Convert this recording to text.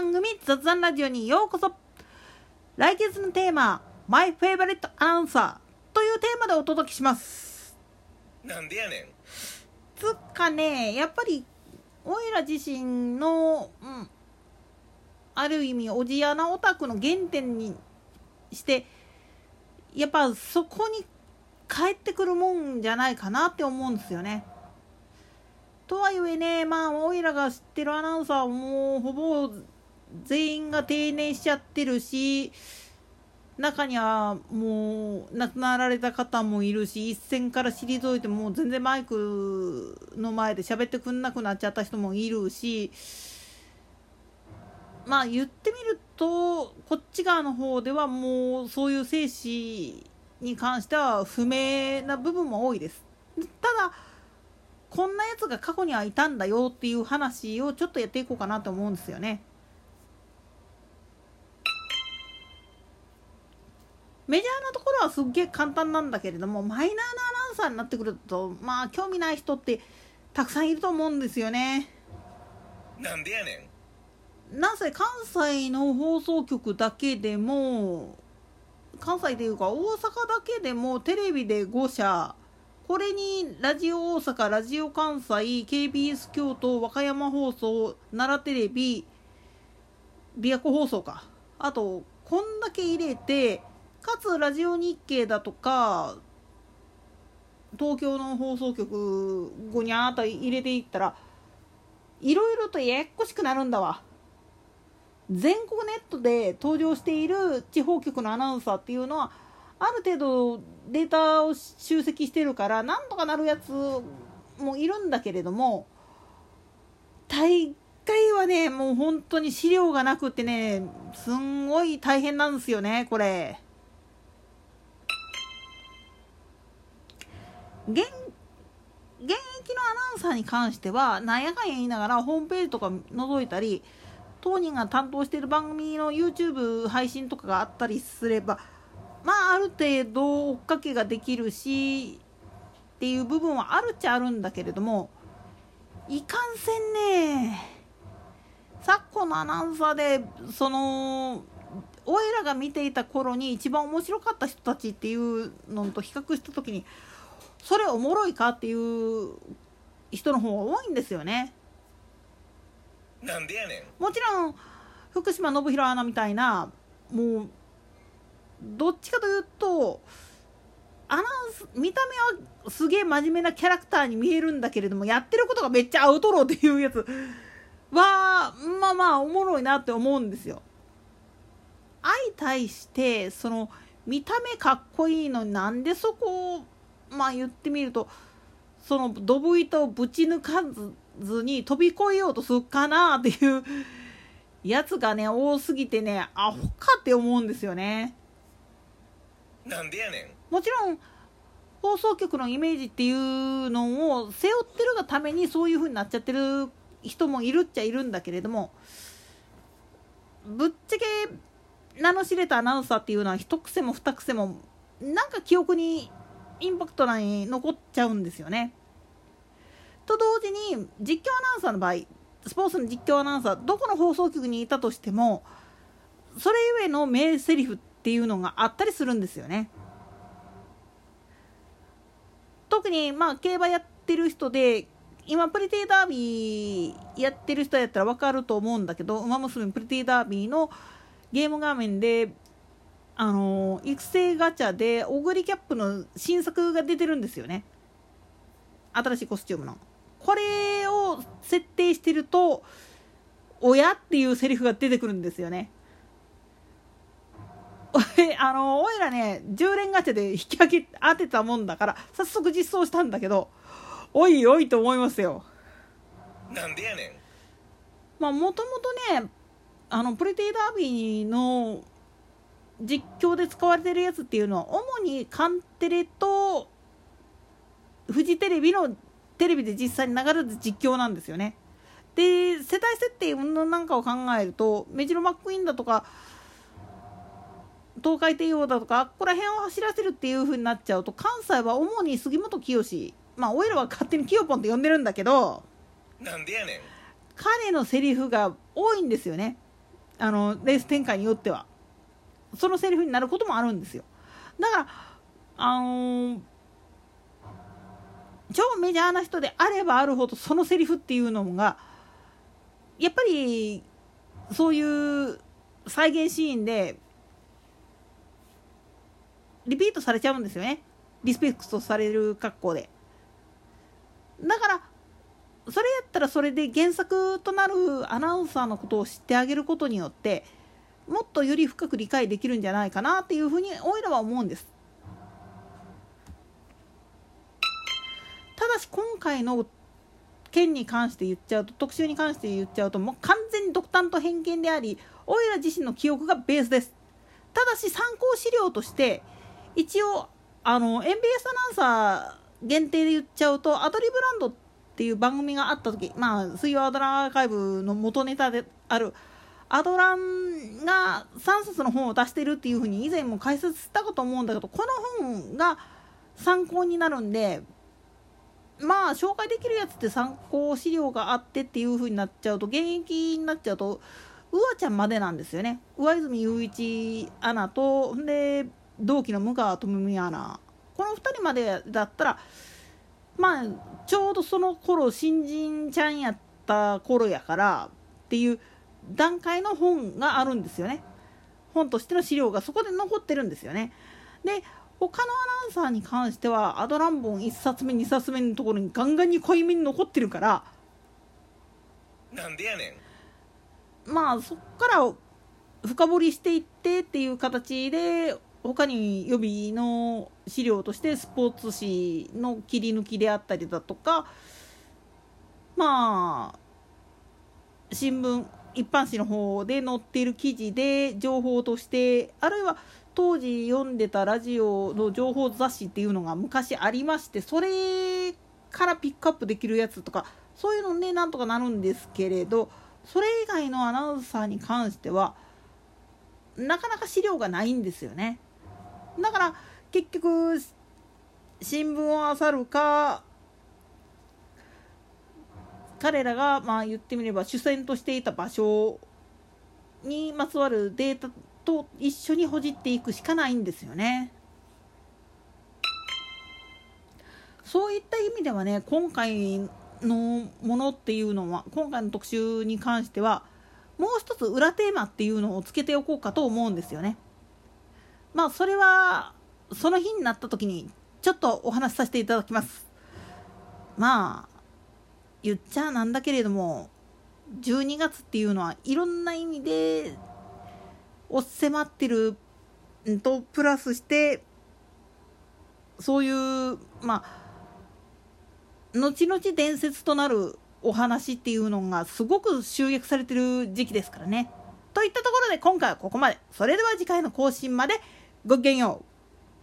番組雑談ラジオにようこそ。来月のテーマ、マイフェイバリットアナウンサーというテーマでお届けします。 なんでやねん。 つっかね、やっぱりおいら自身の、ある意味おじやなオタクの原点にしてやっぱそこに帰ってくるもんじゃないかなって思うんですよね。とはいえね、おいらが知ってるアナウンサーはもうほぼ全員が定年しちゃってるし、中にはもう亡くなられた方もいるし、一線から退いてもう全然マイクの前で喋ってくんなくなっちゃった人もいるし、言ってみるとこっち側の方ではもうそういう生死に関しては不明な部分も多いです。ただこんなやつが過去にはいたんだよっていう話をちょっとやっていこうかなと思うんですよね。メジャーなところはすっげえ簡単なんだけれども、マイナーなアナウンサーになってくると興味ない人ってたくさんいると思うんですよね。 なんでやねん。 なぜ関西の放送局だけでも、関西というか大阪だけでもテレビで5社、これにラジオ大阪、ラジオ関西、KBS 京都、和歌山放送、奈良テレビ、琵琶湖放送か、あとこんだけ入れて、かつラジオ日経だとか東京の放送局5にゃーと入れていったらいろいろとややこしくなるんだわ。全国ネットで登場している地方局のアナウンサーっていうのはある程度データを集積してるからなんとかなるやつもいるんだけれども、大概はねもう本当に資料がなくってね、すんごい大変なんですよねこれ。現役のアナウンサーに関してはなんやかんや言いながらホームページとか覗いたり、当人が担当している番組の YouTube 配信とかがあったりすればある程度追っかけができるしっていう部分はあるっちゃあるんだけれども、いかんせんね昨今のアナウンサーでおいらが見ていた頃に一番面白かった人たちっていうのと比較した時にそれおもろいかっていう人の方が多いんですよね。 なんでやねん。 もちろん福島信弘アナみたいなもうどっちかというと見た目はすげえ真面目なキャラクターに見えるんだけれども、やってることがめっちゃアウトローっていうやつはおもろいなって思うんですよ。相対して見た目かっこいいのになんでそこを言ってみるとドブ板をぶち抜かずに飛び越えようとするかなっていうやつがね多すぎてね、アホかって思うんですよね。 なんでやねん。もちろん放送局のイメージっていうのを背負ってるがためにそういう風になっちゃってる人もいるっちゃいるんだけれども、ぶっちゃけ名の知れたアナウンサーっていうのは一癖も二癖もなんか記憶にインパクトに残っちゃうんですよね。と同時に実況アナウンサーの場合、スポーツの実況アナウンサーどこの放送局にいたとしてもそれゆえの名セリフっていうのがあったりするんですよね。特に競馬やってる人で今プリティダービーやってる人やったら分かると思うんだけど、馬娘プリティダービーのゲーム画面で育成ガチャでオグリキャップの新作が出てるんですよね。新しいコスチュームのこれを設定してると親っていうセリフが出てくるんですよね。おいらね10連ガチャで引き分け当てたもんだから早速実装したんだけど、おいおいと思いますよ。 なんでやねん。もともとねプリティダービーの実況で使われてるやつっていうのは主にカンテレとフジテレビのテレビで実際に流れる実況なんですよね。で世帯設定なんかを考えるとメジロマックイーンだとか東海帝王だとかここら辺を走らせるっていう風になっちゃうと、関西は主に杉本清、おいらは勝手にキヨポンって呼んでるんだけど、 ん。なんでやねん。 彼のセリフが多いんですよね。 レース展開によってはそのセリフになることもあるんですよ。だから超メジャーな人であればあるほどそのセリフっていうのがやっぱりそういう再現シーンでリピートされちゃうんですよね。リスペクトされる格好で。だからそれやったらそれで原作となるアナウンサーのことを知ってあげることによってもっとより深く理解できるんじゃないかなっていうふうにおいらは思うんです。ただし今回の件に関して言っちゃうと、特集に関して言っちゃうともう完全に独断と偏見であり、おいら自身の記憶がベースです。ただし参考資料として一応MBS アナウンサー限定で言っちゃうと、アドリブランドっていう番組があった時、水曜アドランアーカイブの元ネタであるアドランが3冊の本を出してるっていうふうに以前も解説したかと思うんだけど、この本が参考になるんで、紹介できるやつって参考資料があってっていう風になっちゃうと、現役になっちゃうとうわちゃんまでなんですよね。上泉雄一アナとで同期の向川智美アナ、この2人までだったらちょうどその頃新人ちゃんやった頃やからっていう段階の本があるんですよね。本としての資料がそこで残ってるんですよね。で他のアナウンサーに関してはアドラン本1冊目2冊目のところにガンガンに濃いめに残ってるから、 なんでやねんそっから深掘りしていってっていう形で、他に予備の資料としてスポーツ紙の切り抜きであったりだとか、新聞一般紙の方で載っている記事で情報として、あるいは当時読んでたラジオの情報雑誌っていうのが昔ありまして、それからピックアップできるやつとかそういうのでなんとかなるんですけれど、それ以外のアナウンサーに関してはなかなか資料がないんですよね。だから結局新聞を漁るか、彼らが言ってみれば主戦としていた場所にまつわるデータと一緒にほじっていくしかないんですよね。そういった意味ではね、今回のものっていうのは、今回の特集に関してはもう一つ裏テーマっていうのをつけておこうかと思うんですよね。それはその日になった時にちょっとお話しさせていただきます。言っちゃなんだけれども、12月っていうのはいろんな意味で押し迫ってるとプラスして、そういう後々伝説となるお話っていうのがすごく集約されてる時期ですからね。といったところで今回はここまで。それでは次回の更新までごきげんよう。